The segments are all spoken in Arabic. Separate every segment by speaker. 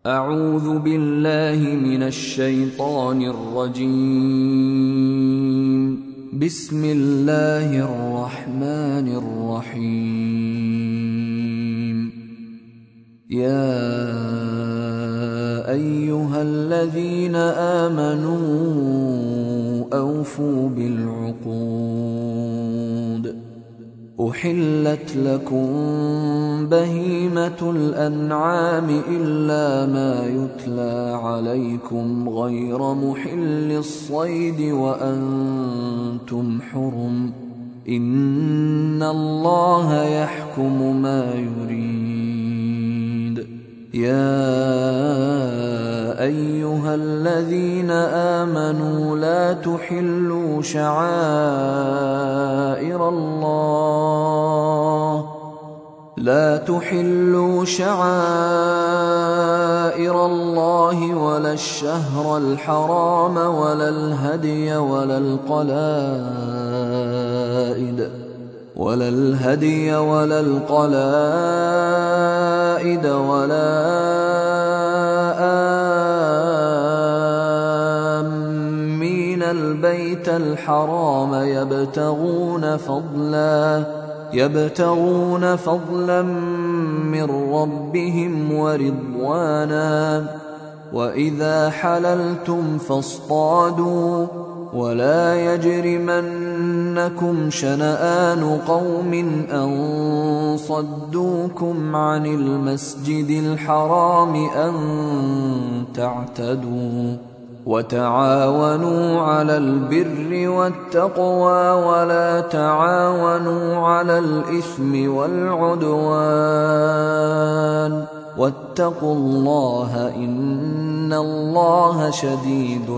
Speaker 1: أعوذ بالله من الشيطان الرجيم. بسم الله الرحمن الرحيم. يا أيها الذين آمنوا أوفوا بالعقود. أحلت لكم بهيمة الأنعام إلا ما يتلى عليكم غير محل الصيد وأنتم حرم، إن الله يحكم ما يريد. يا أيها الذين آمنوا لا تحلوا شعائر الله ولا الشهر الحرام ولا الهدي ولا القلائد ولا آمين البيت الحرام يبتغون فضلا من ربهم ورضوانا. وإذا حللتم فاصطادوا، ولا يجرمنكم شنآن قوم أن صدوكم عن المسجد الحرام أن تعتدوا. وتعاونوا على البر والتقوى ولا تعاونوا على الإثم والعدوان، واتقوا الله إن الله شديد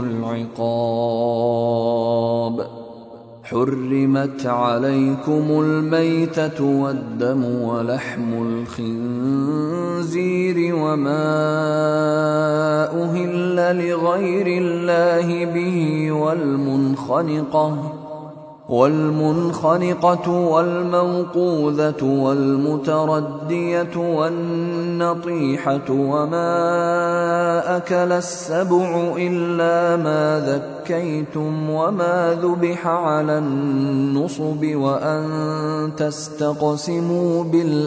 Speaker 1: العقاب. حرمت عليكم الميتة والدم ولحم الخنزير وما أهل لغير الله به والمنخنقة والموقوذة والمتردية والنطيحة وما أكل السبع إلا ما ذكيتم وما ذبح على النصب وأن تستقسموا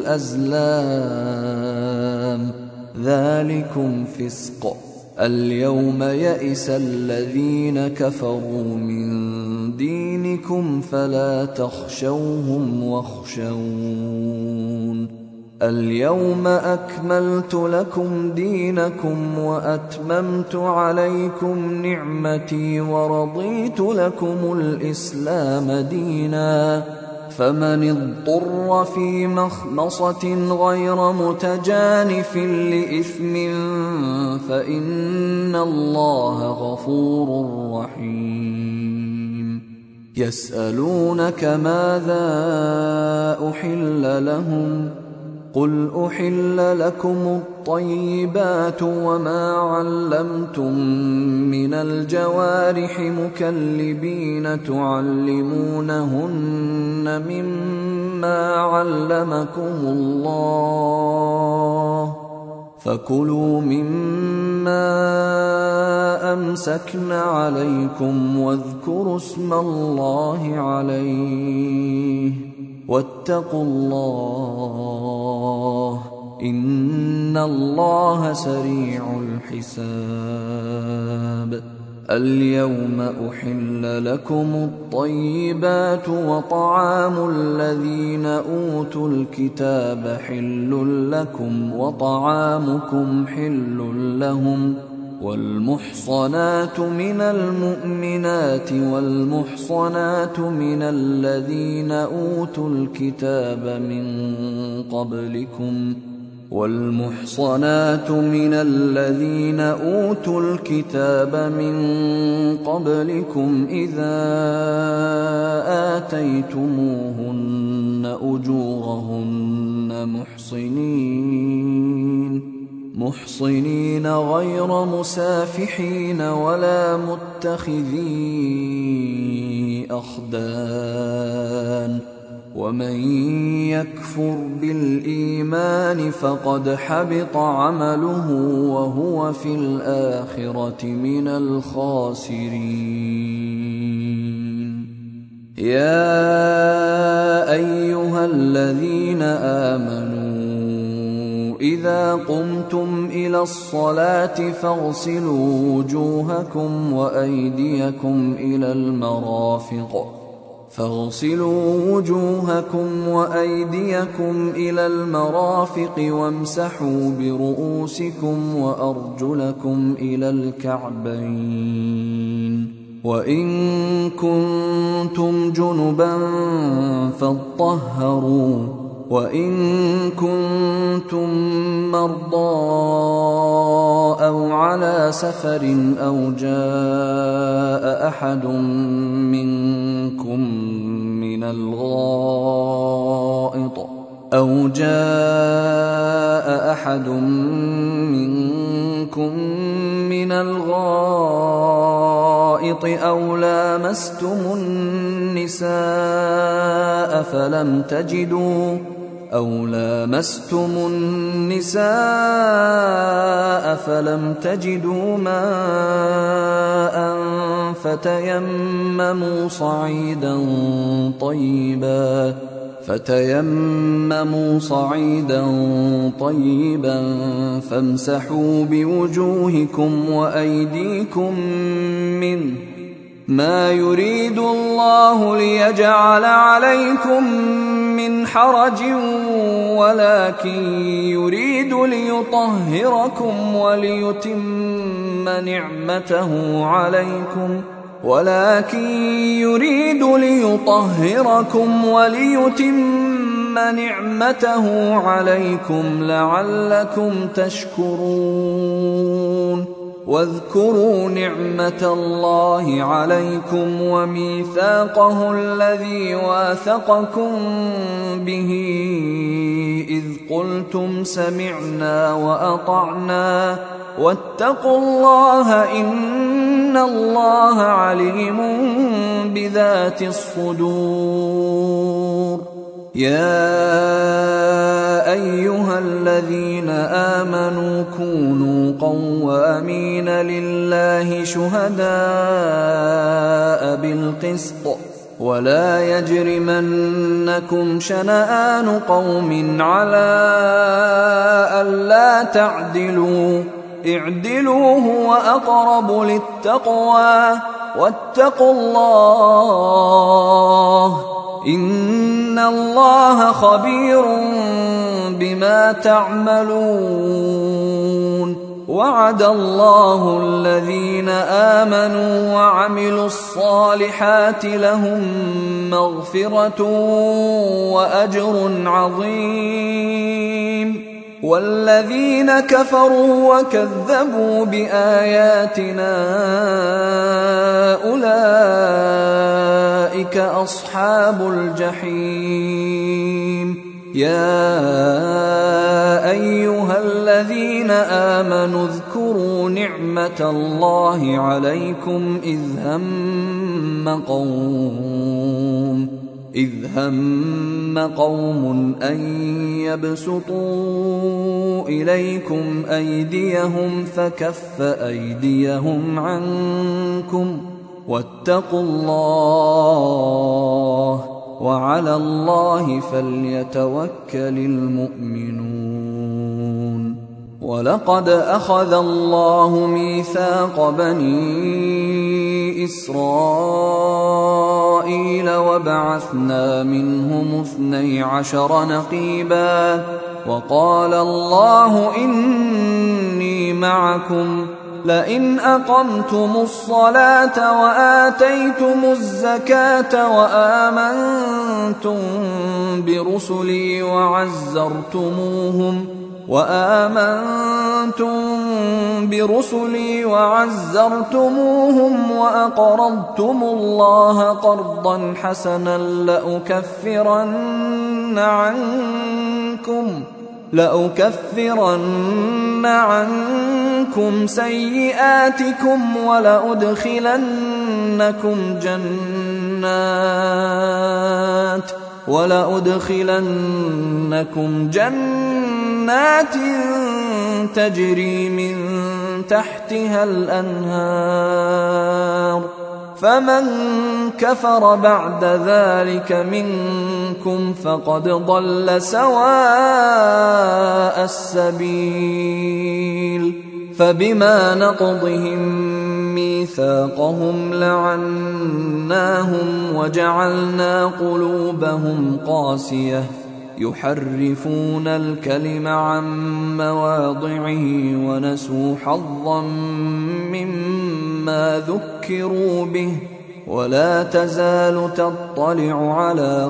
Speaker 1: بالأزلام، ذلكم فسق. اليوم يئس الذين كفروا من دينكم فلا تخشوهم واخشون. اليوم أكملت لكم دينكم وأتممت عليكم نعمتي ورضيت لكم الإسلام دينا. فمن اضطر في مخمصة غير متجانف لإثم فإن الله غفور رحيم. يسألونك ماذا أحل لهم؟ قل أحل لكم الطيبات وما علمتم من الجوارح مكلبين تعلمونهن مما علمكم الله، فكلوا مما أمسكن عليكم واذكروا اسم الله عليه، واتقوا الله إن الله سريع الحساب. اليوم أحل لكم الطيبات وطعام الذين أوتوا الكتاب حل لكم وطعامكم حل لهم. والمحصنات من المؤمنات والمحصنات من الذين أوتوا الكتاب من قبلكم إذا آتيتموهن أجورهن محصنين غير مسافحين ولا متخذي أخدان، ومن يكفر بالإيمان فقد حبط عمله وهو في الآخرة من الخاسرين. يا أيها الذين آمنوا إذا قمتم إلى الصلاة فاغسلوا وجوهكم وأيديكم إلى المرافق وامسحوا برؤوسكم وأرجلكم إلى الكعبين، وإن كنتم جنبا فاطهروا، وإن كنتم مرضى أو على سفر أو جاء أحد منكم من الغائط أو لامستم النساء فلم تجدوا ماء فتيمموا صعيدا طيبا فامسحوا بوجوهكم وأيديكم منه، ما يريد الله ليجعل عليكم من حرج ولكن يريد ليطهركم وليتم نعمته عليكم لعلكم تشكرون. واذكروا نعمة الله عليكم وميثاقه الذي واثقكم به إذ قلتم سمعنا وأطعنا واتقوا الله إن الله عليم بذات الصدور. يا أيها الذين آمنوا كونوا قوامين لله شهداء بالقسط ولا يجرمنكم شنآن قوم على ألا تعدلوا، اعدلوا هو أقرب للتقوى واتقوا الله إن الله خبير بما تعملون. وعد الله الذين آمنوا وعملوا الصالحات لهم مغفرة وأجر عظيم، والذين كفروا وكذبوا بآياتنا أولئك أصحاب الجحيم. يا أيها الذين آمنوا اذكروا نعمة الله عليكم إذ هم قوم أن يبسطوا إليكم أيديهم فكف أيديهم عنكم واتقوا الله وعلى الله فليتوكل المؤمنون. ولقد أخذ الله ميثاق بني إسرائيل وبعثنا منهم 12 نقيبا وقال الله إني معكم لئن أقمتم الصلاة وآتيتم الزكاة وآمنتم برسلي وعزرتموهم وأقرضتم الله قرضا حسنا لأكفرن عنكم سيئاتكم ولأدخلنكم جنات تجري من تحتها الأنهار فمن كفر بعد ذلك منكم فقد ضل سواء السبيل. فبما نقضهم ميثاقهم لعناهم وجعلنا قلوبهم قاسية يحرفون الكلم عن مواضعه ونسوا حظا مما ذكروا به ولا تزال تطلع على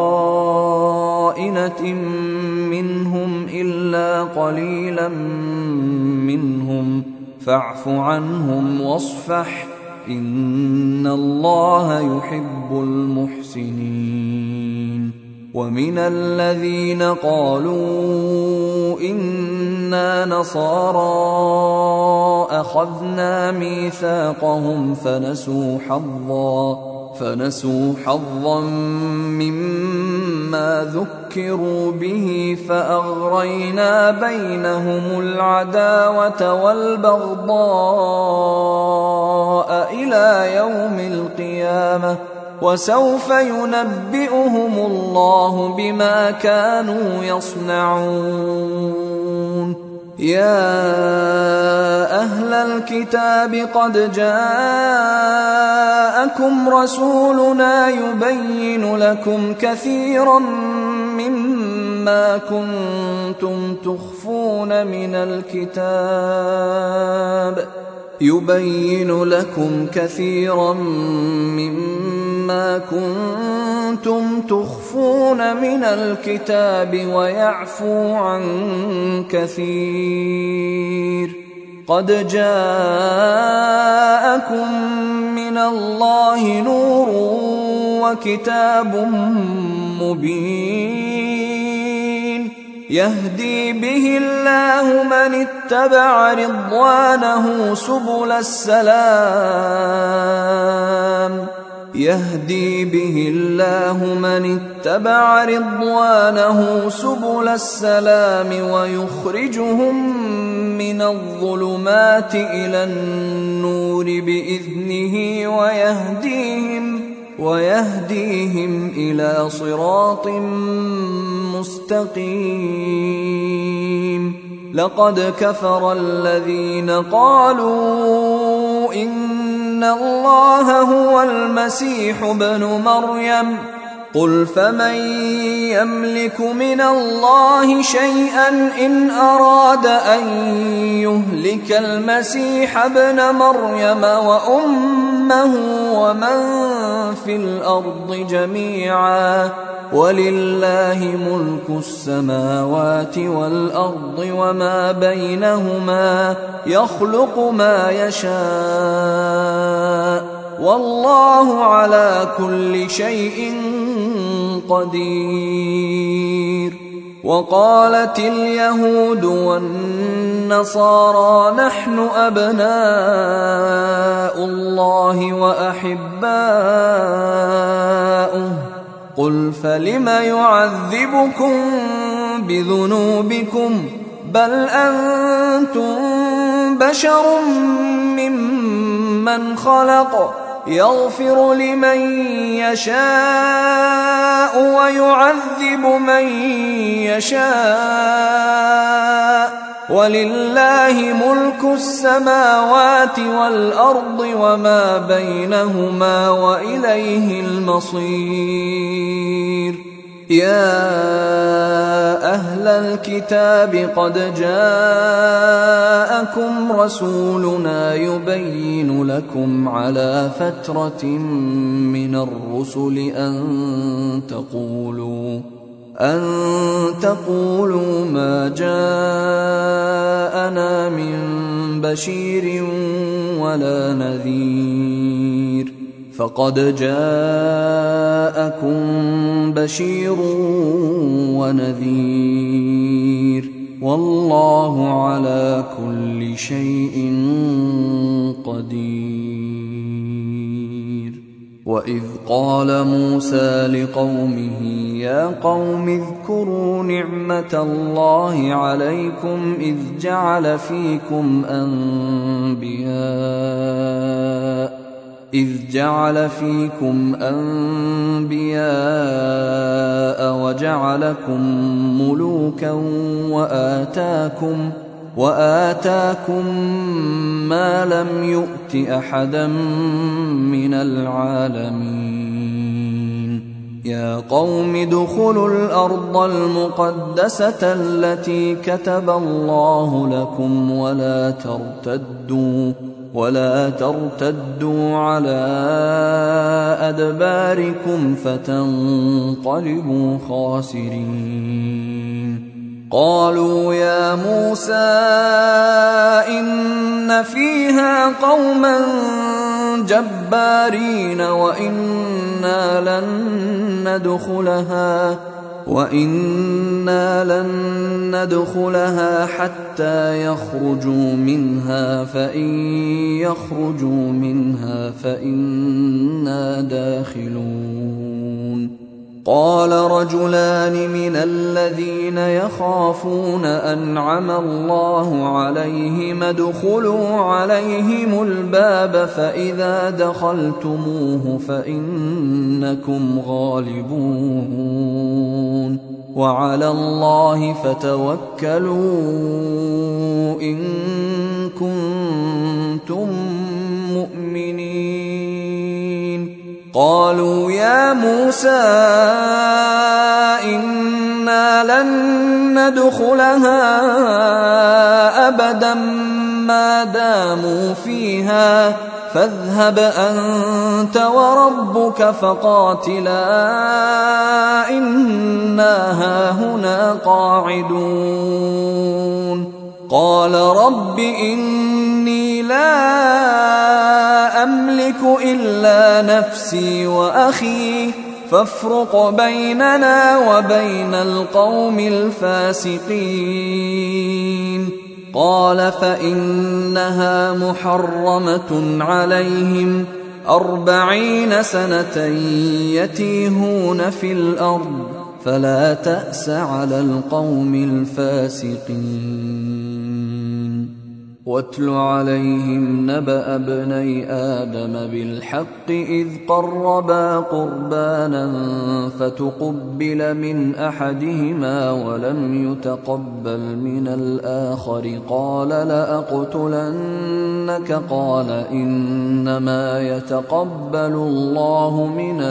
Speaker 1: خائنة منهم إلا قليلا منهم فاعف عنهم واصفح إن الله يحب المحسنين. ومن الذين قالوا إنا نصارى أخذنا ميثاقهم فنسوا حظا مما ذكروا به فأغرينا بينهم العداوة والبغضاء إلى يوم القيامة وسوف ينبئهم الله بما كانوا يصنعون. يا أهل الكتاب قد جاءكم رسولنا يبين لكم كثيرا مما كنتم تخفون من الكتاب ويعفو عن كثير. قد جاءكم من الله نور وكتاب مبين يهدي به الله من اتبع رضوانه سبل السلام ويخرجهم من الظلمات إلى النور بإذنه ويهديهم إلى صراط مستقيم. لقد كفر الذين قالوا إن الله هو المسيح ابن مريم قل فمن يملك من الله شيئا إن أراد أن يهلك المسيح ابن مريم وأمه ومن في الأرض جميعا ولله ملك السماوات والأرض وما بينهما يخلق ما يشاء والله على كل شيء قدير. وقالت اليهود والنصارى نحن أبناء الله وأحباؤه قل فلم يعذبكم بذنوبكم بل أنتم بشر ممن خلق يغفر لمن يشاء ويعذب من يشاء ولله ملك السماوات والأرض وما بينهما وإليه المصير. يا أهل الكتاب قد جاءكم رسولنا يبين لكم على فترة من الرسل أن تقولوا ما جاءنا من بشير ولا نذير فقد جاءكم بشير ونذير والله على كل شيء قدير. وإذ قال موسى لقومه يا قوم اذكروا نعمة الله عليكم إذ جعل فيكم أنبياء وجعلكم ملوكا وآتاكم ما لم يؤت أحدا من العالمين يا قوم ادخلوا الأرض المقدسة التي كتب الله لكم ولا ترتدوا على أدباركم فتنقلبوا خاسرين قالوا يا موسى إن فيها قوما جبارين وإنا لن ندخلها حتى يخرجوا منها فإن يخرجوا منها فإنا داخلون قال رجلان من الذين يخافون أنعم الله عليهم ادخلوا عليهم الباب فإذا دخلتموه فإنكم غالبون وعلى الله فتوكلوا إن كنتم مؤمنين قالوا يا موسى إنا لن ندخلها أبدا ما داموا فيها فاذهب أنت وربك فقاتلا إنا هاهنا قاعدون قال رب إني لا أملك إلا نفسي وأخي فافرق بيننا وبين القوم الفاسقين قال فإنها محرمة عليهم 40 سنة يتيهون في الأرض فلا تأس على القوم الفاسقين واتل عليهم نبأ ابني آدم بالحق إذ قربا قربانا فتقبل من أحدهما ولم يتقبل من الآخر قال لأقتلنك قال إنما يتقبل الله من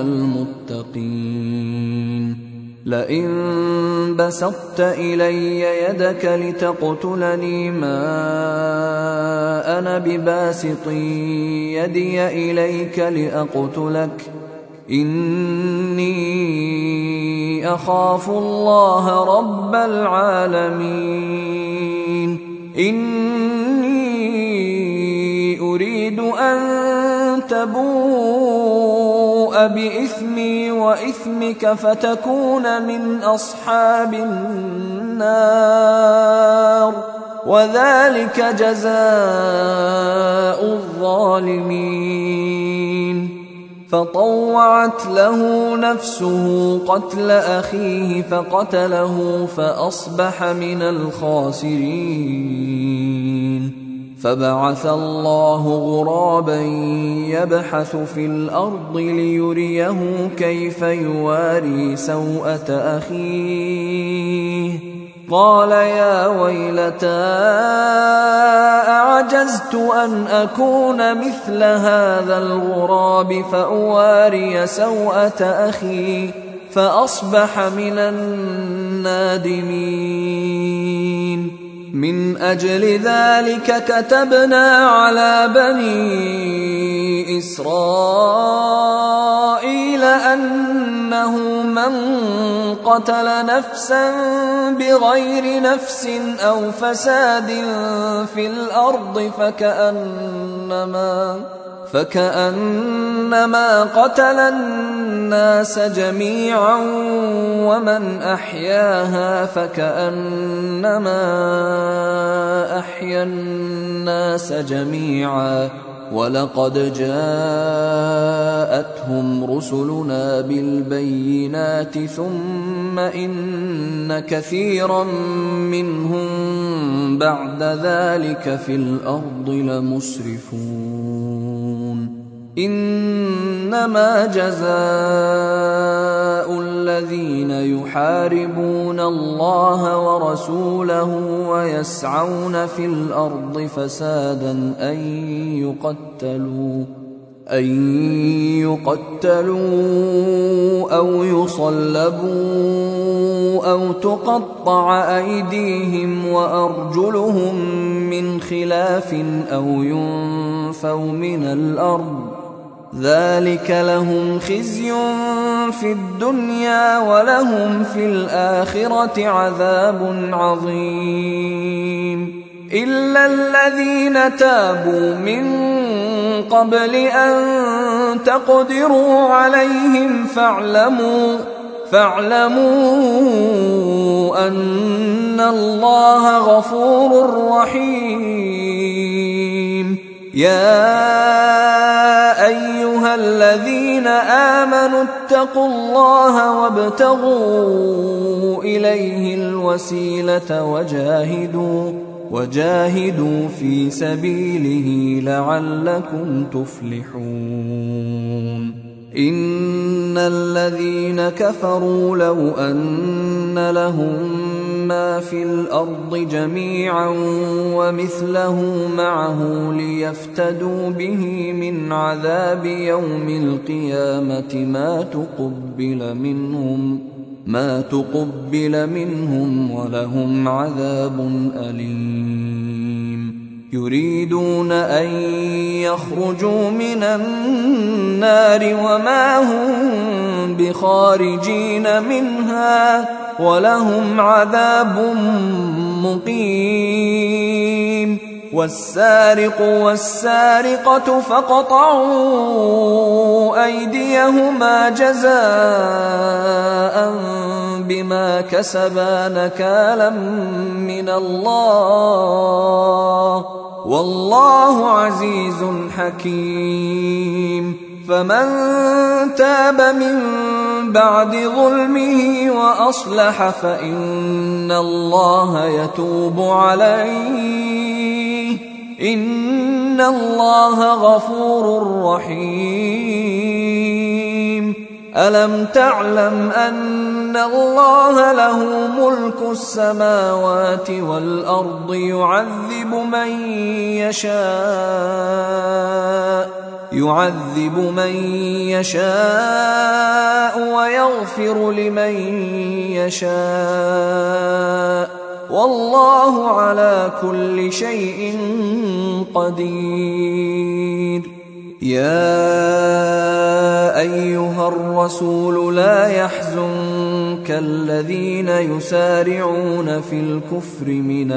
Speaker 1: المتقين لئن بسطت إلي يدك لتقتلني ما أنا بباسط يدي إليك لأقتلك إني أخاف الله رب العالمين إني أريد أن تبوء بإثمي وإثمك فتكون من أصحاب النار وذلك جزاء الظالمين فطوعت له نفسه قتل أخيه فقتله فأصبح من الخاسرين فبعث الله غرابا يبحث في الأرض ليريه كيف يواري سوءة أخيه قال يا ويلتى أعجزت أن أكون مثل هذا الغراب فأواري سوءة أخي فأصبح من النادمين من أجل ذلك كتبنا على بني إسرائيل أنه من قتل نفسا بغير نفس أو فساد في الأرض فكأنما قتل الناس جميعا ومن أحياها فكأنما أحيا الناس جميعا ولقد جاءتهم رسلنا بالبينات ثم إن كثيرا منهم بعد ذلك في الأرض لمسرفون إنما جزاء الذين يحاربون الله ورسوله ويسعون في الأرض فسادا أن يقتلوا أو يصلبوا أو تقطع أيديهم وأرجلهم من خلاف أو ينفوا من الأرض ذلك لهم خزي في الدنيا ولهم في الآخرة عذاب عظيم إلا الذين تابوا من قبل أن تقدروا عليهم فاعلموا أن الله غفور رحيم يا أيها الذين آمنوا اتقوا الله وابتغوا إليه الوسيلة وجاهدوا في سبيله لعلكم تفلحون إن الذين كفروا لو أن لهم ما في الأرض جميعا ومثله معه ليفتدوا به من عذاب يوم القيامة ما تقبل منهم ولهم عذاب أليم يريدون أن يخرجوا من النار وما هم بخارجين منها ولهم عذاب مقيم والسارق والسارقة فاقطعوا أيديهما جزاء بما كسبا نكالا من الله والله عزيز حكيم فمن تاب من بعد ظلمه وأصلح فإن الله يتوب عليه إن الله غفور رحيم ألم تعلم أن الله له ملك السماوات والأرض يعذب من يشاء ويغفر لمن يشاء والله على كل شيء قدير يا أيها الرسول لا يحزنك الذين يسارعون في الكفر من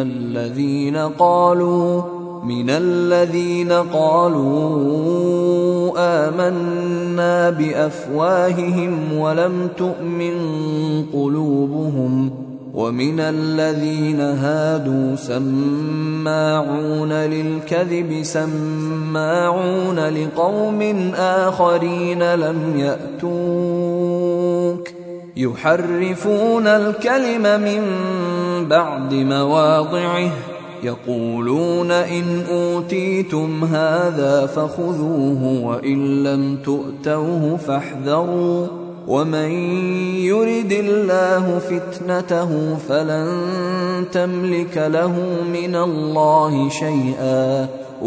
Speaker 1: الذين قالوا آمنا بأفواههم ولم تؤمن قلوبهم ومن الذين هادوا سماعون للكذب سماعون لقوم آخرين لم يأتوك يحرفون الكلم من بعد مواضعه يقولون إن أوتيتم هذا فخذوه وإن لم تؤتوه فاحذروا ومن يرد الله فتنته فلن تملك له من الله شيئا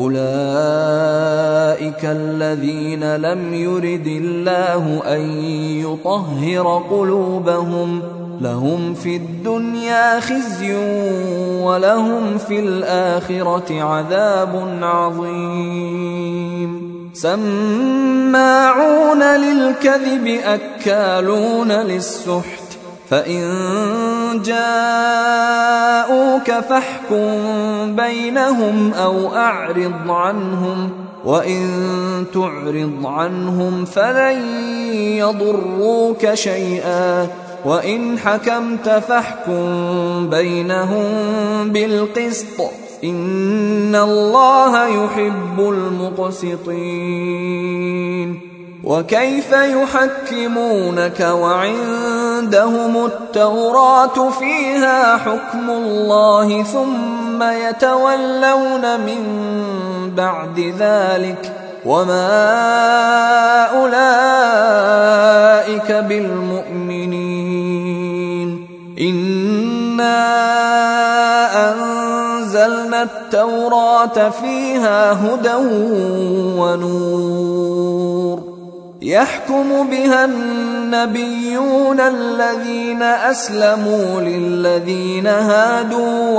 Speaker 1: أولئك الذين لم يرد الله أن يطهر قلوبهم لهم في الدنيا خزي ولهم في الآخرة عذاب عظيم سماعون للكذب أكالون للسحت فإن جاءوك فاحكم بينهم أو أعرض عنهم وإن تعرض عنهم فلن يضروك شيئا وإن حكمت فاحكم بينهم بالقسط إن الله يحب المقسطين. وكيف يحكمونك وعندهم التوراة فيها حكم الله ثم يتولون من بعد ذلك وما أولئك بالمؤمنين. إنا أنزلنا التوراة فيها هدى ونور يحكم بها النبيون الذين أسلموا للذين هادوا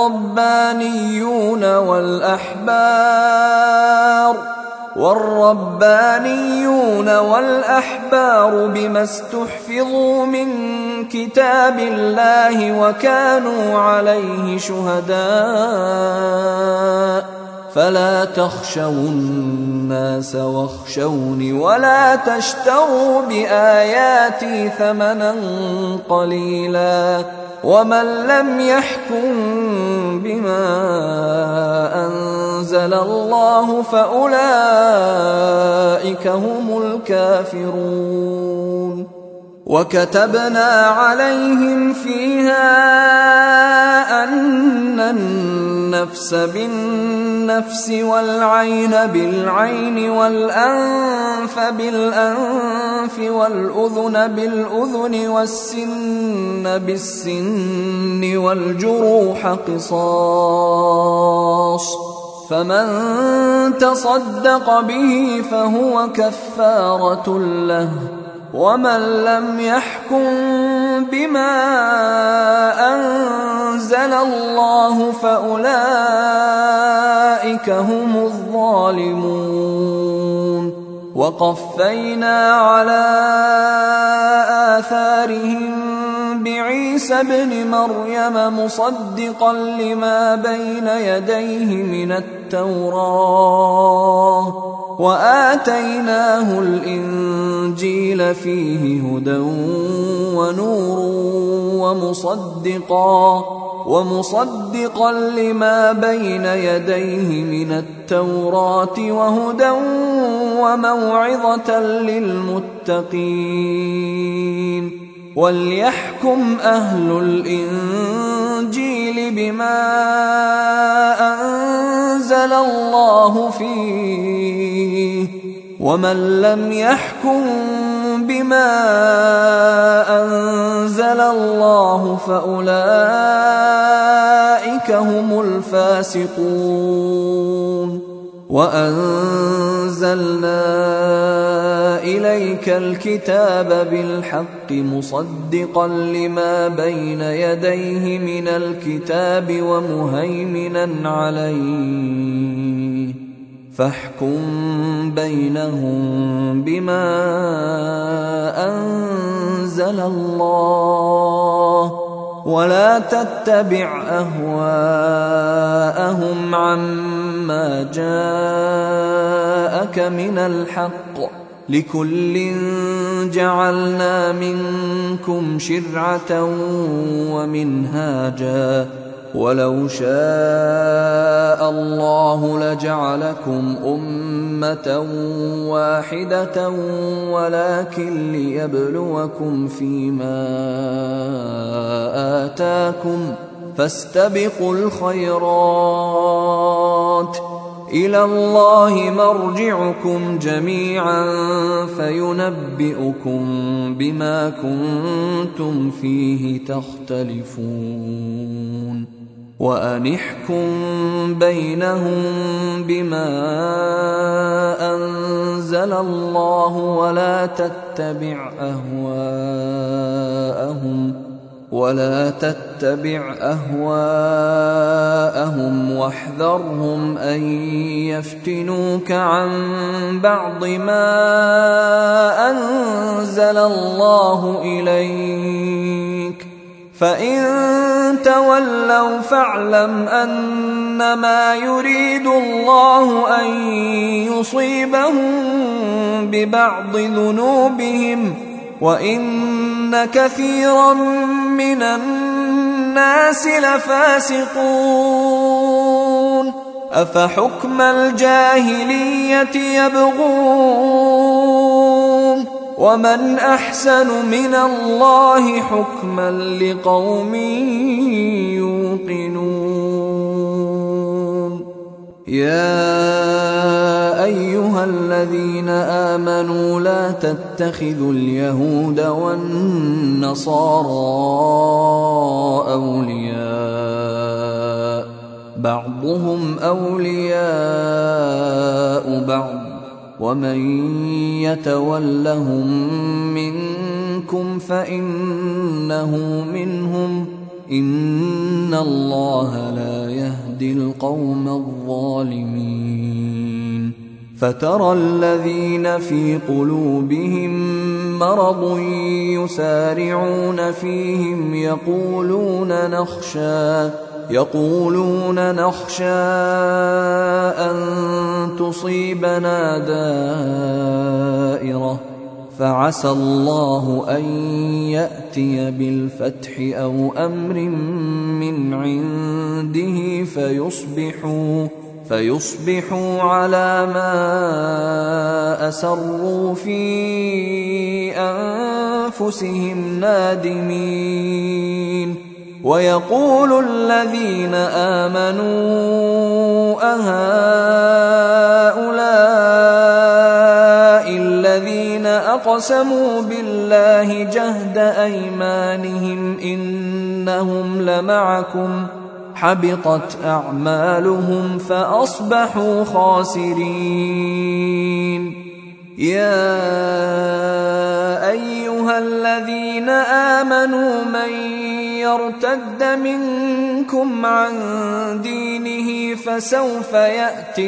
Speaker 1: والربانيون والأحبار بما استحفظوا من كتاب الله وكانوا عليه شهداء فلا تخشوا الناس واخشوني ولا تشتروا بآياتي ثمنا قليلا ومن لم يحكم بما أنزل الله فأولئك هم الكافرون. وكتبنا عليهم فيها أن النفس بالنفس والعين بالعين والأنف بالأنف والأذن بالأذن والسن بالسن والجروح قصاص فمن تصدق به فهو كفارة له ومن لم يحكم بما أنزل الله فأولئك هم الظالمون. وقفينا على آثارهم بعيسى ابن مريم مصدقا لما بين يديه من التوراة وآتيناه الإنجيل فيه هدى ونور ومصدقا لما بين يديه من التوراة وهدى وموعظة للمتقين. وليحكم أهل الإنجيل بما أنزل الله فيه ومن لم يحكم بما أنزل الله فأولئك هم الفاسقون. وأنزلنا إليك الكتاب بالحق مصدقا لما بين يديه من الكتاب ومهيمنا عليه فاحكم بينهم بما أنزل الله ولا تتبع أهواءهم عما جاءك من الحق لكل جعلنا منكم شرعة ومنهاجا ولو شاء الله لجعلكم أمة واحدة ولكن ليبلوكم فيما آتاكم فاستبقوا الخيرات إلى الله مرجعكم جميعا فينبئكم بما كنتم فيه تختلفون. وأن احكم بينهم بما أنزل الله ولا تتبع أهواءهم واحذرهم أن يفتنوك عن بعض ما أنزل الله إليك فإن تولوا فاعلم أنما يريد الله أن يصيبهم ببعض ذنوبهم وإن كثيرا من الناس لفاسقون أفحكم الجاهلية يبغون ومن أحسن من الله حكما لقوم يوقنون يا أيها الذين آمنوا لا تتخذوا اليهود والنصارى أولياء بعضهم أولياء بعض ومن يتولهم منكم فإنه منهم إن الله لا يهدي القوم الظالمين فترى الذين في قلوبهم مرض يسارعون فيهم يقولون نخشى أن تصيبنا دائرة فعسى الله أن يأتي بالفتح أو أمر من عنده فيصبحوا على ما أسروا في أنفسهم نادمين ويقول الذين آمنوا أهؤلاء الذين أقسموا بالله جهد أيمانهم إنهم لمعكم حبطت أعمالهم فأصبحوا خاسرين يا أيها الذين آمنوا من يرتد منكم عن دينه فسوف يأتي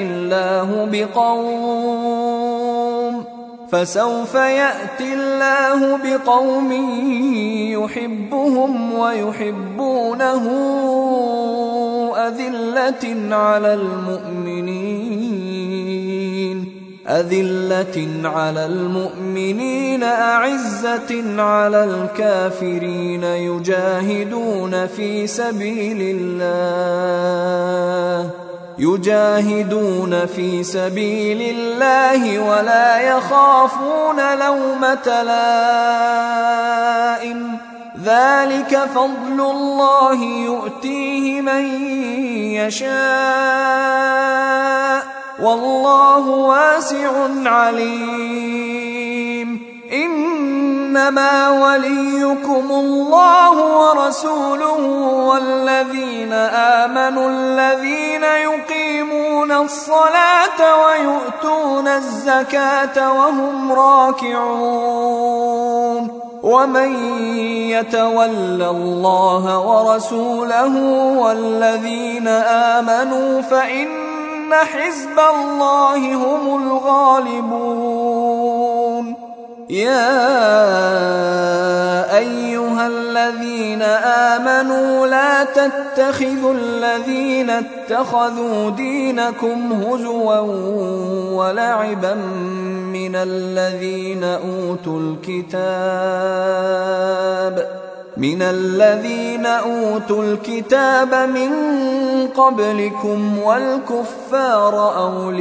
Speaker 1: الله بقوم يحبهم ويحبونه أذلة على المؤمنين أعزة على الكافرين يجاهدون في سبيل الله ولا يخافون لومة لائم ذلك فضل الله يؤتيه من يشاء والله واسع عليم إنما وليكم الله ورسوله والذين آمنوا الذين يقيمون الصلاة ويؤتون الزكاة وهم راكعون ومن يتول الله ورسوله والذين آمنوا فإن حزب الله هم الغالبون يا أيها الذين آمنوا لا تتخذوا الذين اتخذوا دينكم هزوا ولعبا من الذين أوتوا الكتاب من قبلكم والكفار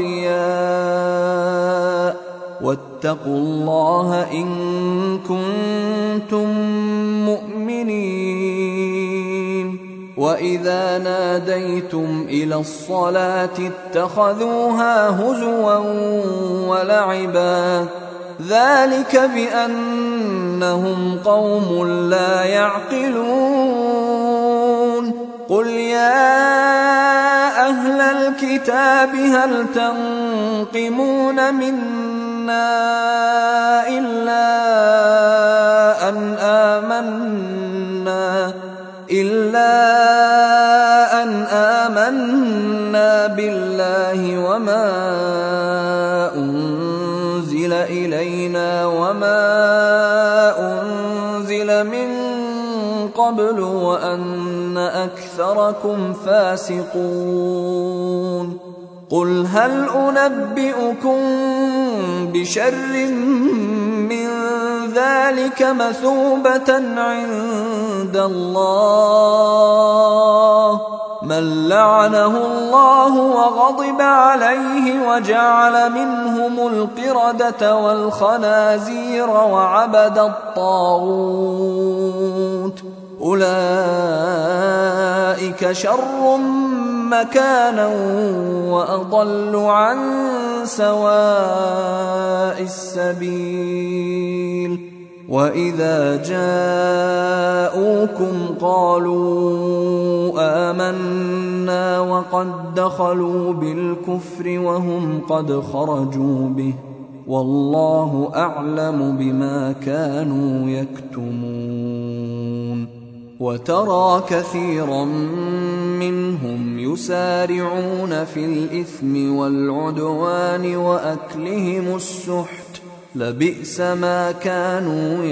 Speaker 1: أولياء واتقوا الله إن كنتم مؤمنين وإذا ناديتم إلى الصلاة اتخذوها هزوا ولعبا ذلك بأنهم قوم لا يعقلون قل يا أهل الكتاب هل تنقمون منا إلا أن آمنا بالله وما أنزل إلينا وما أنزل من قبل وأن أكثركم فاسقون قل هل أنبئكم بشر من ذلك مثوبة عند الله من لعنه الله وغضب عليه وجعل منهم القردة والخنازير وعبد الطاغوت أولئك شر مكانا وأضل عن سواء السبيل وإذا جاءوكم قالوا آمنا وقد دخلوا بالكفر وهم قد خرجوا به والله أعلم بما كانوا يكتمون وترى كثيرا منهم يسارعون في الإثم والعدوان وأكلهم السحت لبئس ما كانوا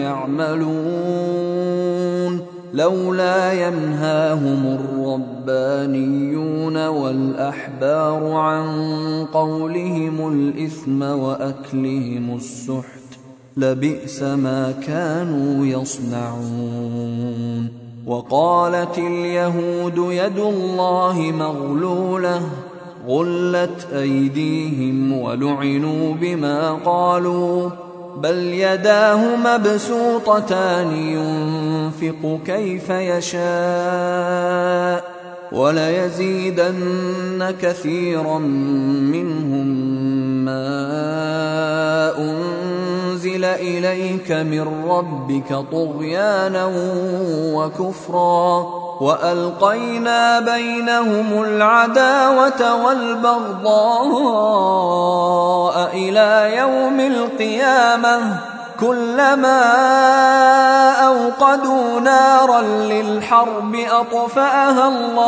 Speaker 1: يعملون لولا ينهاهم الربانيون والأحبار عن قولهم الإثم وأكلهم السحت لبئس ما كانوا يصنعون وقالت اليهود يد الله مغلولة غلت أيديهم ولعنوا بما قالوا بل يداه مبسوطتان ينفق كيف يشاء وليزيدن كثيرا منهم ما أنزل إليك من ربك طغيانا وكفرا وألقينا بينهم العداوة والبغضاء إلى يوم القيامة كلما أوقدوا نارا للحرب أطفأها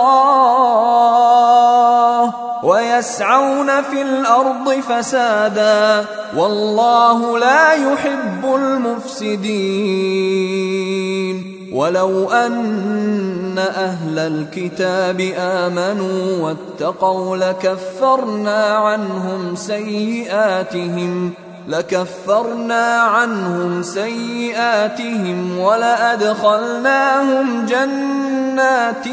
Speaker 1: الله ويسعون في الأرض فسادا والله لا يحب المفسدين ولو أن أهل الكتاب آمنوا واتقوا لكفرنا عنهم سيئاتهم ولأدخلناهم جنات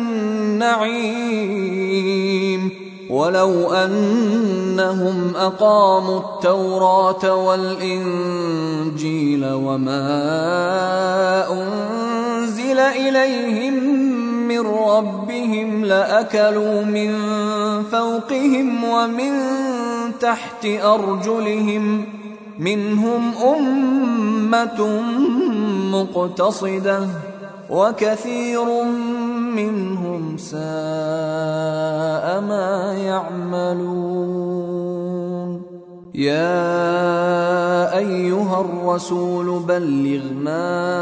Speaker 1: النعيم ولو أنهم أقاموا التوراة والإنجيل وما أنزل إليهم من ربهم لأكلوا من فوقهم ومن تحت أرجلهم منهم أمة مقتصدة وكثير منهم ساء ما يعملون يا أيها الرسول بلغ ما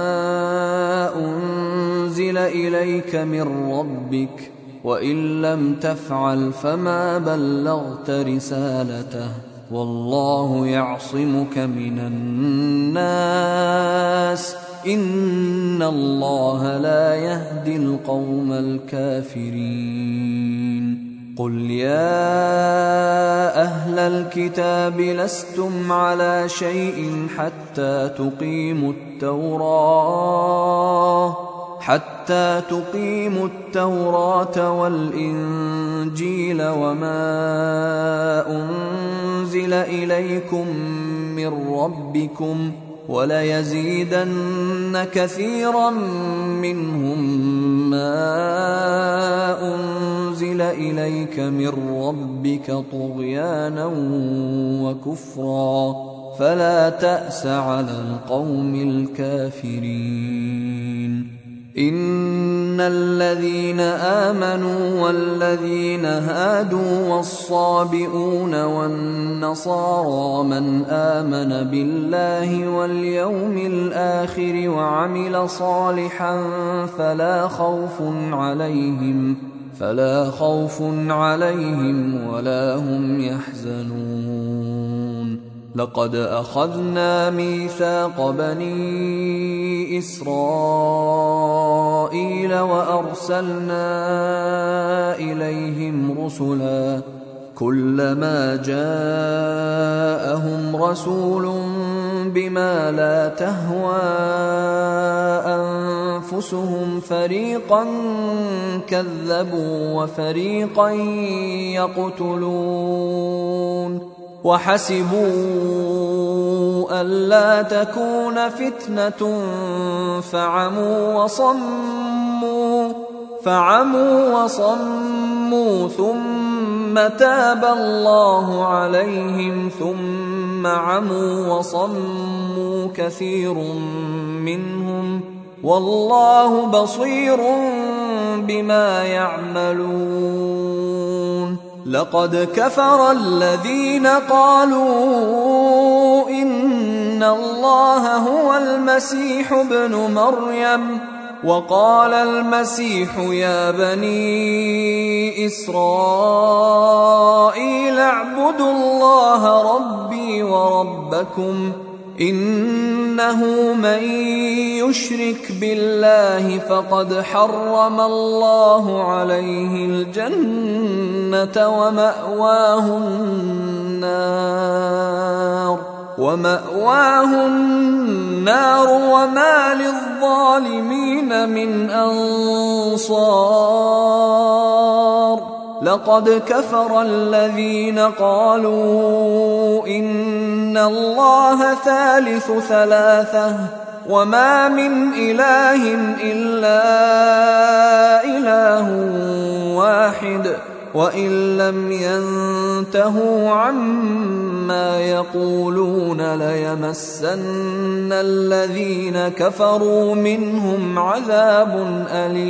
Speaker 1: أنزل إليك من ربك وإن لم تفعل فما بلغت رسالته والله يعصمك من الناس إن الله لا يهدي القوم الكافرين قل يا أهل الكتاب لستم على شيء حتى تقيموا التوراة والإنجيل وما أنزل إليكم من ربكم وليزيدن كثيرا منهم ما أنزل إليك من ربك طغيانا وكفرا فلا تأس على القوم الكافرين إن الذين آمنوا والذين هادوا والصابئون والنصارى من آمن بالله واليوم الآخر وعمل صالحا فلا خوف عليهم ولا هم يحزنون لقد أخذنا ميثاق بني إسرائيل وأرسلنا إليهم رسلا كلما جاءهم رسول بما لا تهوى أنفسهم فريقا كذبوا وفريقا يقتلون وحسبوا ألا تكون فتنة فعموا وصموا ثم تاب الله عليهم ثم عموا وصموا كثير منهم والله بصير بما يعملون لقد كفر الذين قالوا إن الله هو المسيح ابن مريم وقال المسيح يا بني إسرائيل اعبدوا الله ربي وربكم إنه من يشرك بالله فقد حرم الله عليه الجنة ومأواه النار وما للظالمين من أنصار لقد كفر الذين قالوا إن الله ثالث ثلاثة وما من إله إلا إله واحد وإن لم ينتهوا عما يقولون ليمسن الذين كفروا منهم عذاب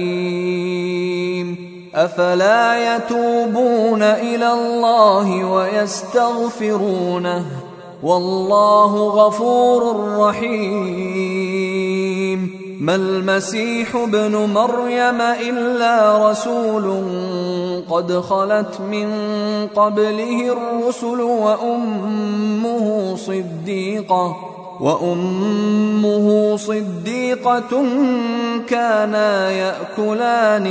Speaker 1: أليم أفلا يتوبون إلى الله ويستغفرونه والله غفور رحيم ما المسيح ابن مريم إلا رسول قد خلت من قبله الرسل وأمه صديقة كانا يأكلان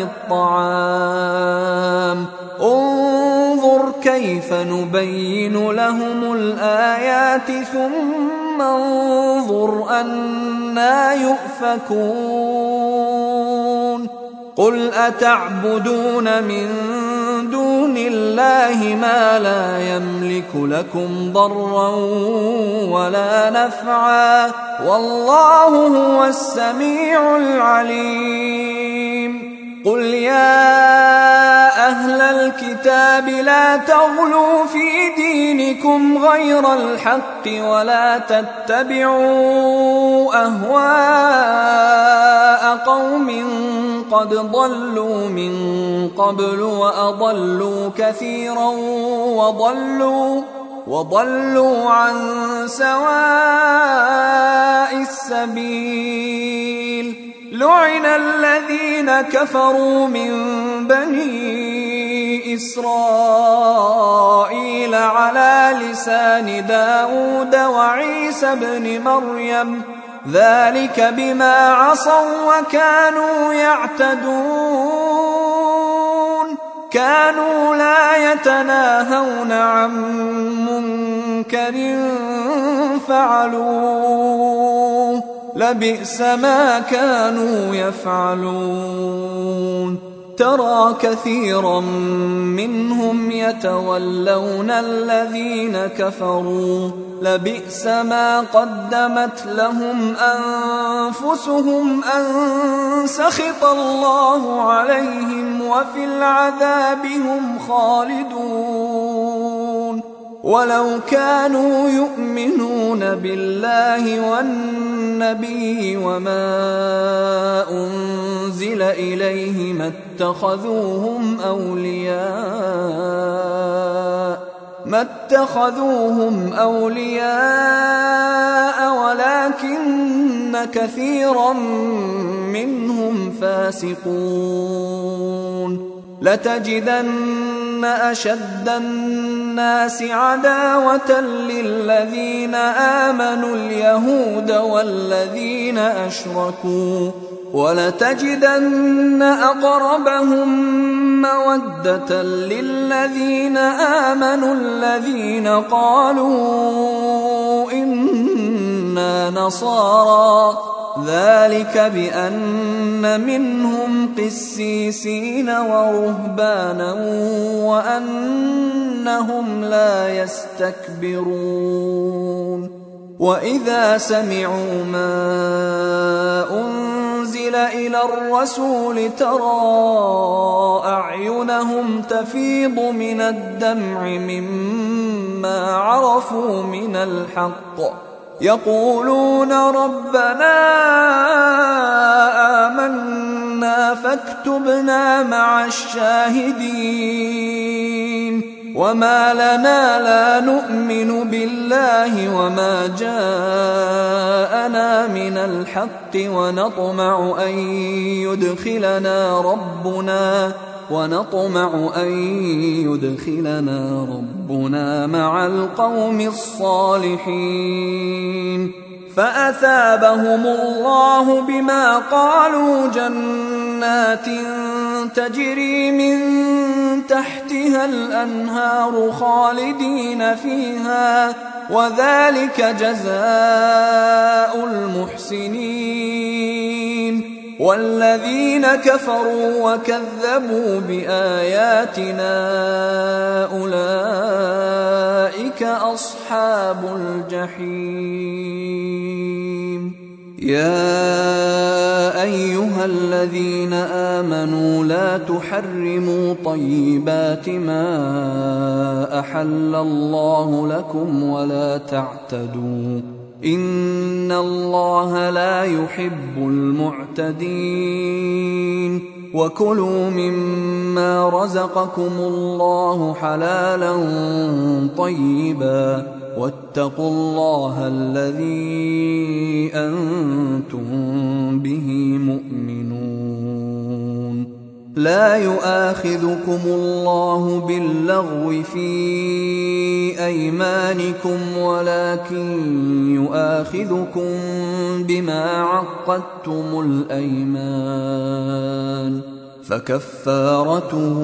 Speaker 1: الطعام انظر كيف نبين لهم الآيات ثم انظر أنى يؤفكون قل أتعبدون من دون الله ما لا يملك لكم ضرا ولا نفعا والله هو السميع العليم قل يا أهل الكتاب لا تغلوا في دينكم غير الحق ولا تتبعوا أهواء قوم قد ضلوا من قبل وأضلوا كثيرا وضلوا عن سواء السبيل لعن الذين كفروا من بني إسرائيل على لسان داود وعيسى بن مريم ذلك بما عصوا وكانوا يعتدون كانوا لا يتناهون عن منكر فعلوه لبئس ما كانوا يفعلون ترى كثيرا منهم يتولون الذين كفروا لبئس ما قدمت لهم أنفسهم أن سخط الله عليهم وفي العذاب هم خالدون ولو كانوا يؤمنون بالله والنبي وما أنزل إليه ما اتخذوهم أولياء ولكن كثيرا منهم فاسقون لتجدن أشد الناس عداوة للذين آمنوا اليهود والذين أشركوا ولتجدن أقربهم مودة للذين آمنوا الذين قالوا إنا نصارى ذلك بأن منهم قسيسين ورهبانا وأنهم لا يستكبرون وإذا سمعوا ما أنزل إلى الرسول ترى أعينهم تفيض من الدمع مما عرفوا من الحق يقولون ربنا آمنا فاكتبنا مع الشاهدين وما لنا لا نؤمن بالله وما جاءنا من الحق ونطمع أن يدخلنا ربنا مع القوم الصالحين فأثابهم الله بما قالوا جنات تجري من تحتها الأنهار خالدين فيها وذلك جزاء المحسنين والذين كفروا وكذبوا بآياتنا أولئك أصحاب الجحيم يا أيها الذين آمنوا لا تحرموا طيبات ما أحل الله لكم ولا تعتدوا إن الله لا يحب المعتدين وكلوا مما رزقكم الله حلالا طيبا واتقوا الله الذي أنتم به مؤمنون لا يؤاخذكم الله باللغو في أيمانكم ولكن يؤاخذكم بما عقدتم الأيمان فكفارته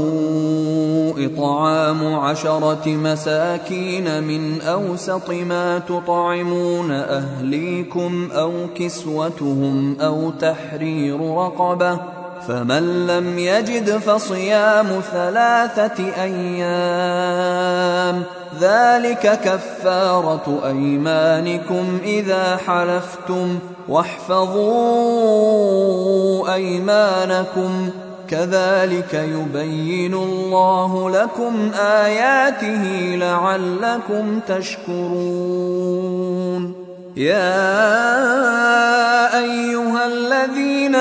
Speaker 1: إطعام 10 مساكين من أوسط ما تطعمون أهليكم أو كسوتهم أو تحرير رقبة فمن لم يجد فصيام 3 أيام ذلك كفارة أيمانكم إذا حلفتم واحفظوا أيمانكم كذلك يبين الله لكم آياته لعلكم تشكرون يا أيها الذين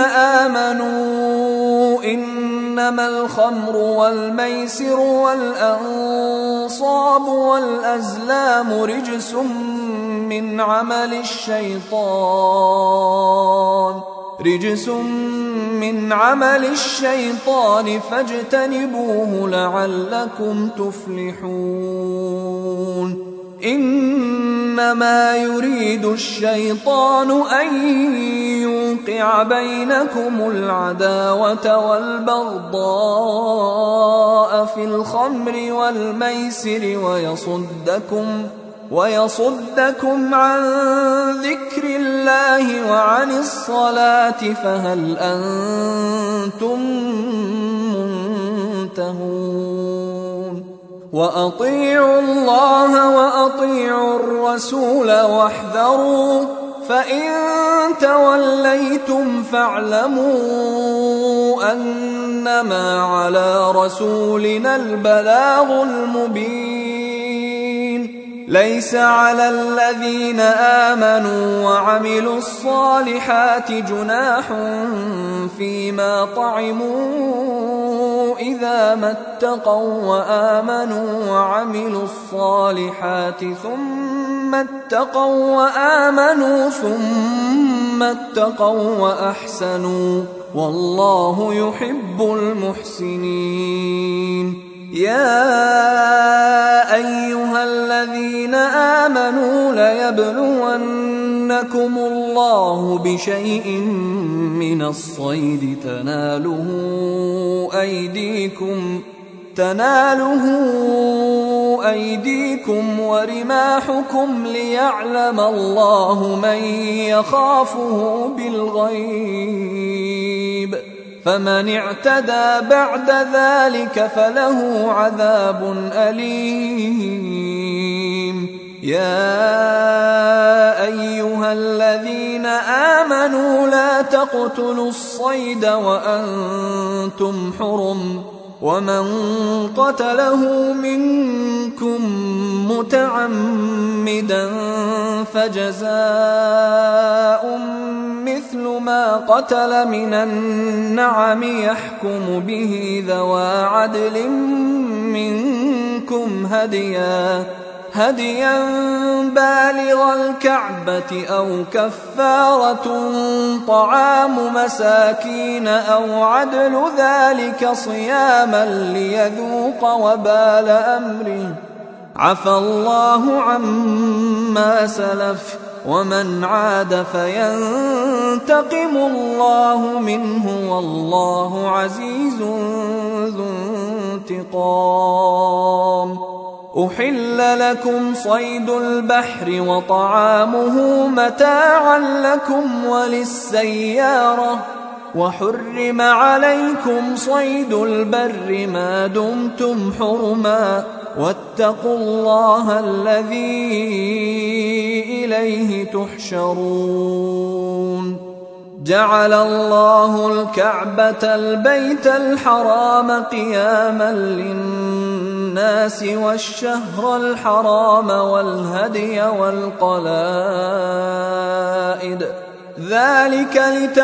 Speaker 1: آمنوا إنما الخمر والميسر والأنصاب والأزلام رجس من عمل الشيطان فاجتنبوه لعلكم تفلحون إنما يريد الشيطان أن يوقع بينكم العداوة والبغضاء في الخمر والميسر ويصدكم عن ذكر الله وعن الصلاة فهل أنتم منتهون وأطيعوا الله وأطيعوا الرسول واحذروا فإن توليتم فاعلموا أنما على رسولنا البلاغ المبين ليس على الذين آمنوا وعملوا الصالحات جناح فيما طعموا إذا ما اتقوا وآمنوا وعملوا الصالحات ثم اتقوا وأحسنوا والله يحب المحسنين يا أيها الذين آمنوا ليبلونكم الله بشيء من الصيد تناله أيديكم ورماحكم ليعلم الله من يخافه بالغيب، فمن اعتدى بعد ذلك فله عذاب أليم. يا أيها الذين آمنوا لا تقتلوا الصيد وأنتم حرم، ومن قتله منكم متعمدا فجزاء مثل ما قتل من النعم يحكم به ذوى عدل منكم هديا بالغ الكعبة أو كفارة طعام مساكين أو عدل ذلك صياما ليذوق وبال أمره، عفى الله عما سلف، ومن عاد فينتقم الله منه والله عزيز ذو انتقام. أحل لكم صيد البحر وطعامه متاعا لكم وللسيارة، وحرم عليكم صيد البر ما دمتم حرما، واتقوا الله الذي إليه تحشرون. جعل الله الكعبة البيت الحرام قياما للناس والشهر الحرام والهدي والقلائد، ذلك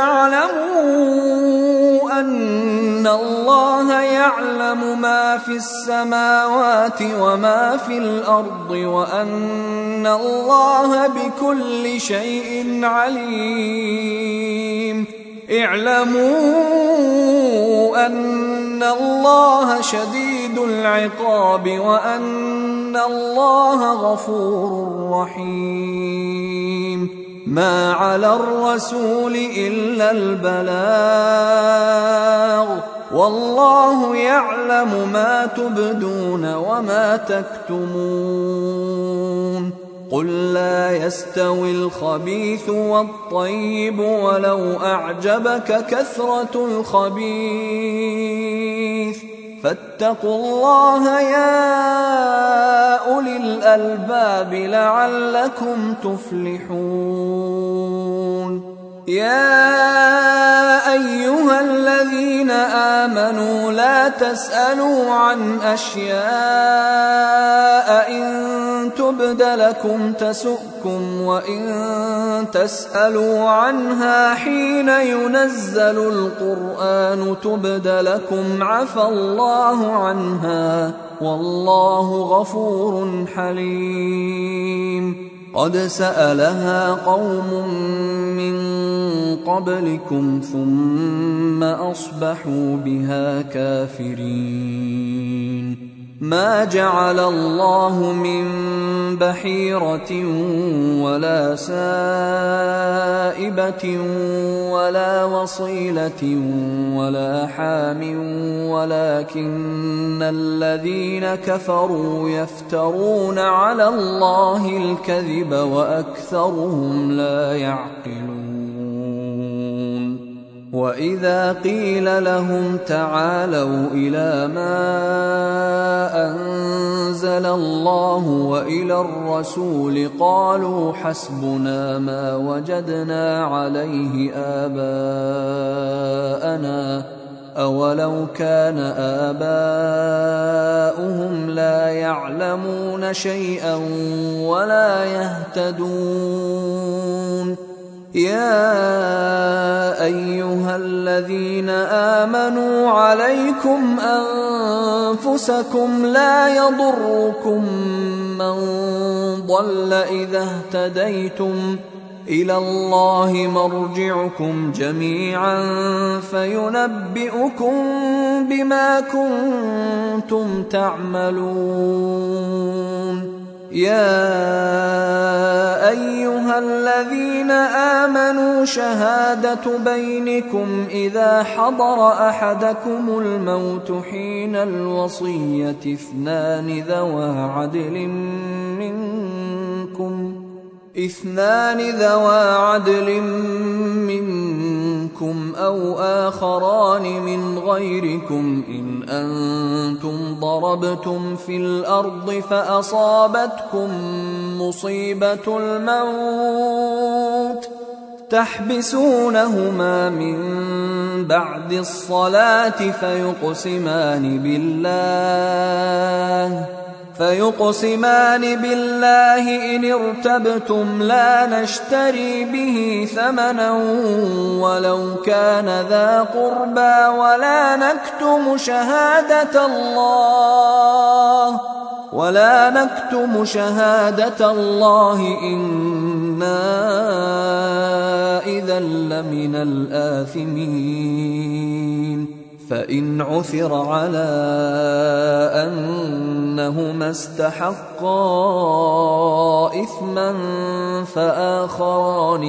Speaker 1: لتعلموا أن الله يعلم ما في السماوات وما في الأرض، وأن الله بكل شيء عليم. اعلموا أن الله شديد العقاب وأن الله غفور رحيم. ما على الرسول إلا البلاغ، والله يعلم ما تبدون وما تكتمون. قل لا يستوي الخبيث والطيب ولو أعجبك كثرة الخبيث، فاتقوا الله يا أولي الألباب لعلكم تفلحون. يا أيها الذين آمنوا لا تسألوا عن أشياء إن تبد لكم تسؤكم، وإن تسألوا عنها حين ينزل القرآن تبد لكم عفى الله عنها، والله غفور حليم. قد سألها قوم من قبلكم ثم أصبحوا بها كافرين. ما جعل الله من بحيرة ولا سائبة ولا وصيلة ولا حام، ولكن الذين كفروا يفترون على الله الكذب وأكثرهم لا يعقلون. وإذا قيل لهم تعالوا إلى ما أنزل الله وإلى الرسول قالوا حسبنا ما وجدنا عليه آباءنا، أولو كان آباؤهم لا يعلمون شيئا ولا يهتدون. يا أيها الذين آمنوا عليكم أنفسكم لا يضركم من ضل إذا اهتديتم إلى الله مرجعكم جميعا فينبئكم بما كنتم تعملون. يا أيها الذين آمنوا شهادة بينكم إذا حضر أحدكم الموت حين الوصية اثنان ذوى عدل منكم أو آخران من غيركم إن أنتم ضربتم في الأرض فأصابتكم مصيبة الموت تحبسونهما من بعد الصلاة فيقسمان بالله إن ارتبتم لا نشتري به ثمنا ولو كان ذا قربى ولا نكتم شهادة الله إنا إذا لمن الآثمين. فإن عثر على أنهما استحقا إثما فآخران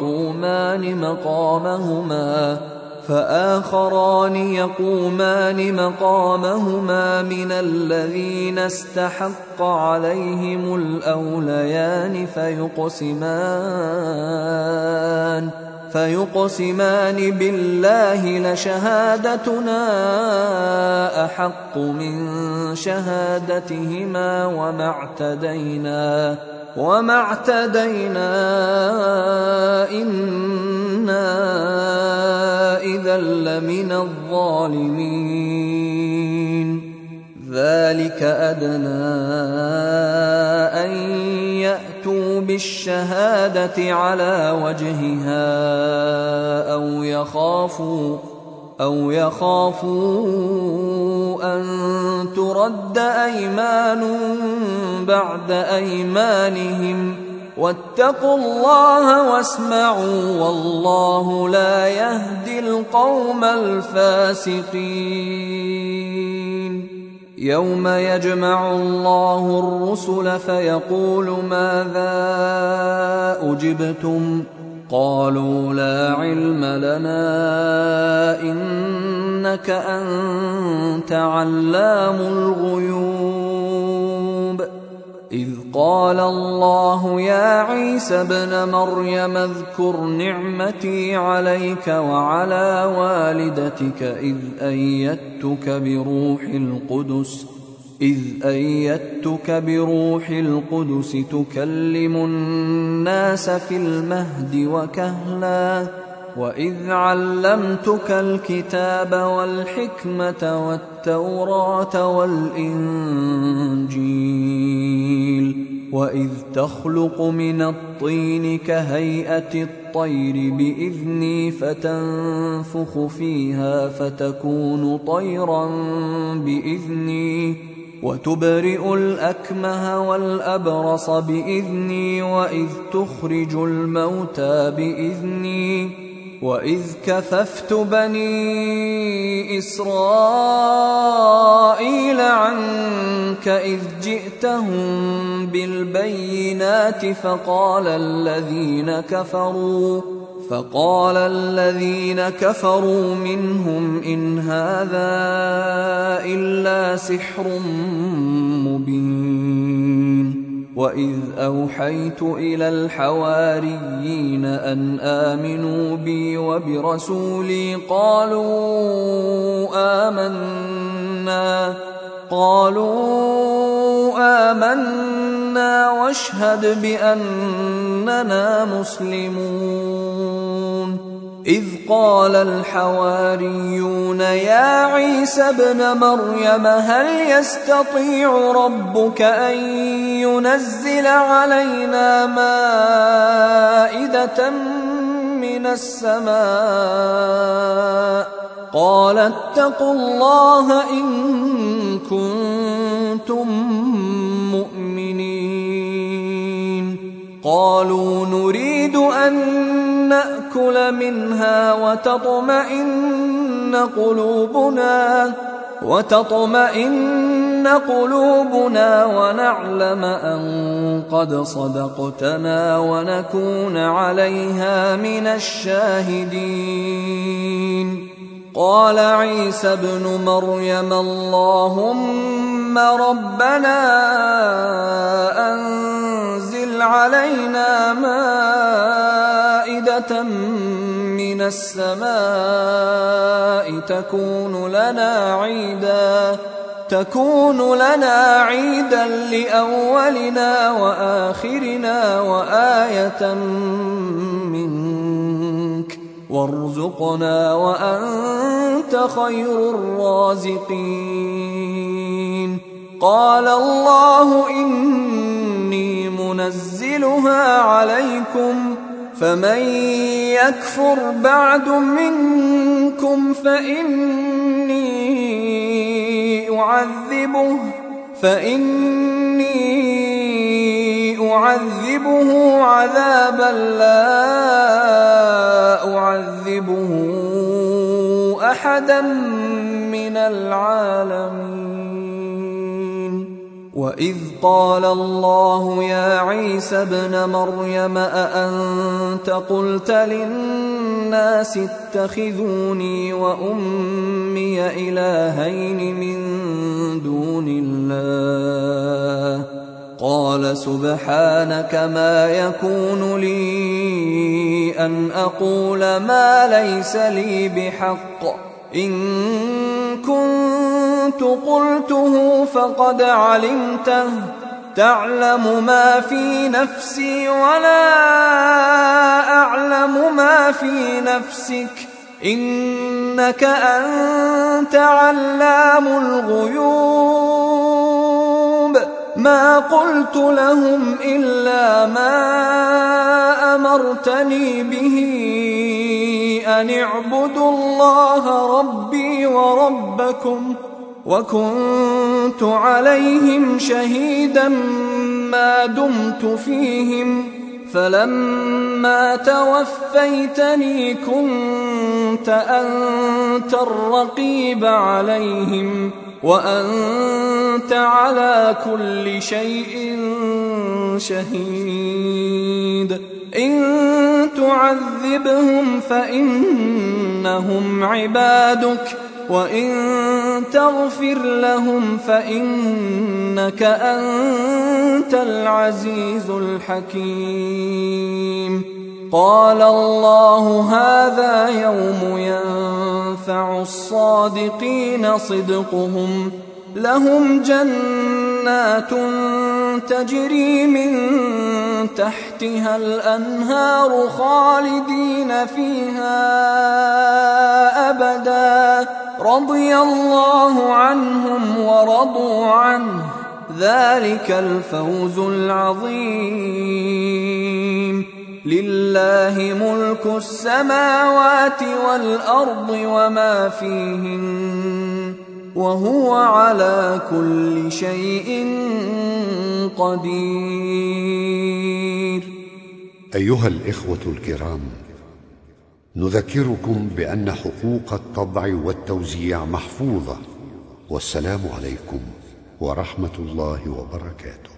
Speaker 1: يقومان مقامهما من الذين استحق عليهم الأوليان فيقسمان بالله لشهادتنا أحق من شهادتهما وما اعتدينا إنا إذا لمن الظالمين. ذلك أدنى أن يأتوا بالشهادة على وجهها أو يخافوا أن ترد أيمان بعد أيمانهم واتقوا الله واسمعوا والله لا يهدي القوم الفاسقين. يوم يجمع الله الرسل فيقول ماذا أجبتم قالوا لا علم لنا إنك أنت علام الغيوب. إذ قال الله يا عيسى ابن مريم اذكر نعمتي عليك وعلى والدتك إذ أيدتك بروح القدس تكلم الناس في المهد وكهلا وإذ علمتك الكتاب والحكمة والتوراة والإنجيل وإذ تخلق من الطين كهيئة الطير بإذني فتنفخ فيها فتكون طيرا بإذني وتبرئ الأكمه والأبرص بإذني وإذ تخرج الموتى بإذني وإذ كففت بني إسرائيل عنك إذ جئتهم بالبينات فقال الذين كفروا منهم إن هذا إلا سحر مبين. وإذ أوحيت إلى الحواريين أن آمنوا بي وبرسولي قالوا آمنا واشهد بأننا مسلمون. إذ قال الحواريون يا عيسى ابن مريم هل يستطيع ربك أن ينزل علينا مائدة من السماء قال اتقوا الله إن كنتم مؤمنين. قالوا نريد نريد أن نأكل منها وتطمئن قلوبنا ونعلم أن قد صدقتنا ونكون عليها من الشاهدين. قال عيسى ابن مريم اللهم ربنا أنزل علينا مائدة من السماء تكون لنا عيدا لأولنا وآخرنا وآية منك وارزقنا وأنت خير الرازقين. قال الله إني منزلها عليكم فمن يكفر بعد منكم فإني أعذبه عذابا لا أعذبه أحدا من العالمين. وإذ قال الله يا عيسى ابن مريم أأنت قلت للناس اتخذوني وأمي إلهين من دون الله قال سبحانك ما يكون لي أن أقول ما ليس لي بحق إن كنت قلته فقد علمته تعلم ما في نفسي ولا أعلم ما في نفسك إنك أنت علام الغيوب. ما قلت لهم إلا ما أمرتني به أن اعبدوا الله ربي وربكم وكنت عليهم شهيدا ما دمت فيهم فلما توفيتني كنت أنت الرقيب عليهم وأنت على كل شيء شهيد. إن تعذبهم فإنهم عبادك وإن تغفر لهم فإنك أنت العزيز الحكيم. قال الله هذا يوم ينفع الصادقين صدقهم لهم جنات تجري من تحتها الأنهار خالدين فيها أبدا رضي الله عنهم ورضوا عنه ذلك الفوز العظيم. لله ملك السماوات والأرض وما فيهن وهو على كل شيء قدير.
Speaker 2: أيها الإخوة الكرام، نذكركم بأن حقوق الطبع والتوزيع محفوظة. والسلام عليكم ورحمة الله وبركاته.